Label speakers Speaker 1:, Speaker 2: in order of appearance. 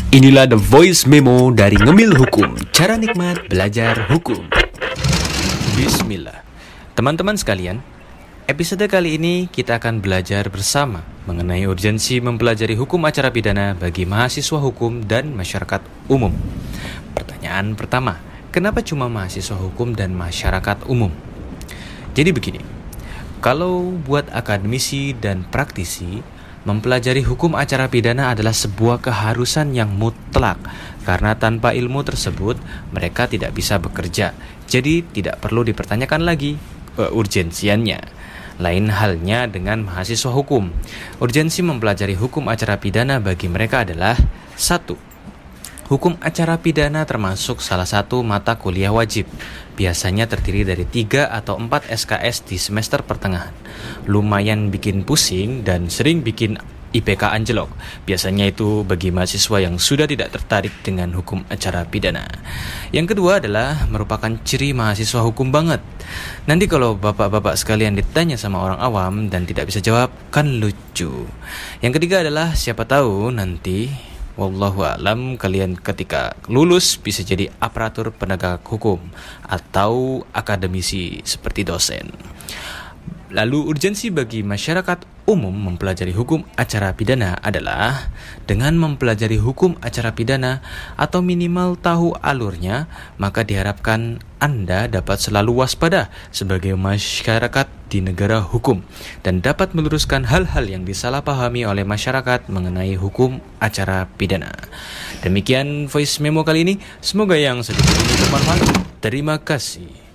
Speaker 1: Inilah The Voice Memo dari Ngemil Hukum, cara nikmat belajar hukum. Bismillah. Teman-teman sekalian, episode kali ini kita akan belajar bersama mengenai urgensi mempelajari hukum acara pidana bagi mahasiswa hukum dan masyarakat umum. Pertanyaan pertama, kenapa cuma mahasiswa hukum dan masyarakat umum? Jadi begini, kalau buat akademisi dan praktisi, mempelajari hukum acara pidana adalah sebuah keharusan yang mutlak, karena tanpa ilmu tersebut mereka tidak bisa bekerja. Jadi tidak perlu dipertanyakan lagi urgensiannya. Lain halnya dengan mahasiswa hukum. Urgensi mempelajari hukum acara pidana bagi mereka adalah 1. Hukum acara pidana termasuk salah satu mata kuliah wajib. Biasanya terdiri dari 3 atau 4 SKS di semester pertengahan. Lumayan bikin pusing dan sering bikin IPK anjlok. Biasanya itu bagi mahasiswa yang sudah tidak tertarik dengan hukum acara pidana. Yang kedua adalah merupakan ciri mahasiswa hukum banget. Nanti kalau bapak-bapak sekalian ditanya sama orang awam dan tidak bisa jawab, kan lucu. Yang ketiga adalah siapa tahu nanti wallahu a'lam kalian ketika lulus bisa jadi aparatur penegak hukum atau akademisi seperti dosen. Lalu urgensi bagi masyarakat umum mempelajari hukum acara pidana adalah dengan mempelajari hukum acara pidana atau minimal tahu alurnya, maka diharapkan Anda dapat selalu waspada sebagai masyarakat di negara hukum dan dapat meluruskan hal-hal yang disalahpahami oleh masyarakat mengenai hukum acara pidana. Demikian voice memo kali ini, semoga yang sedikit ini bermanfaat. Terima kasih.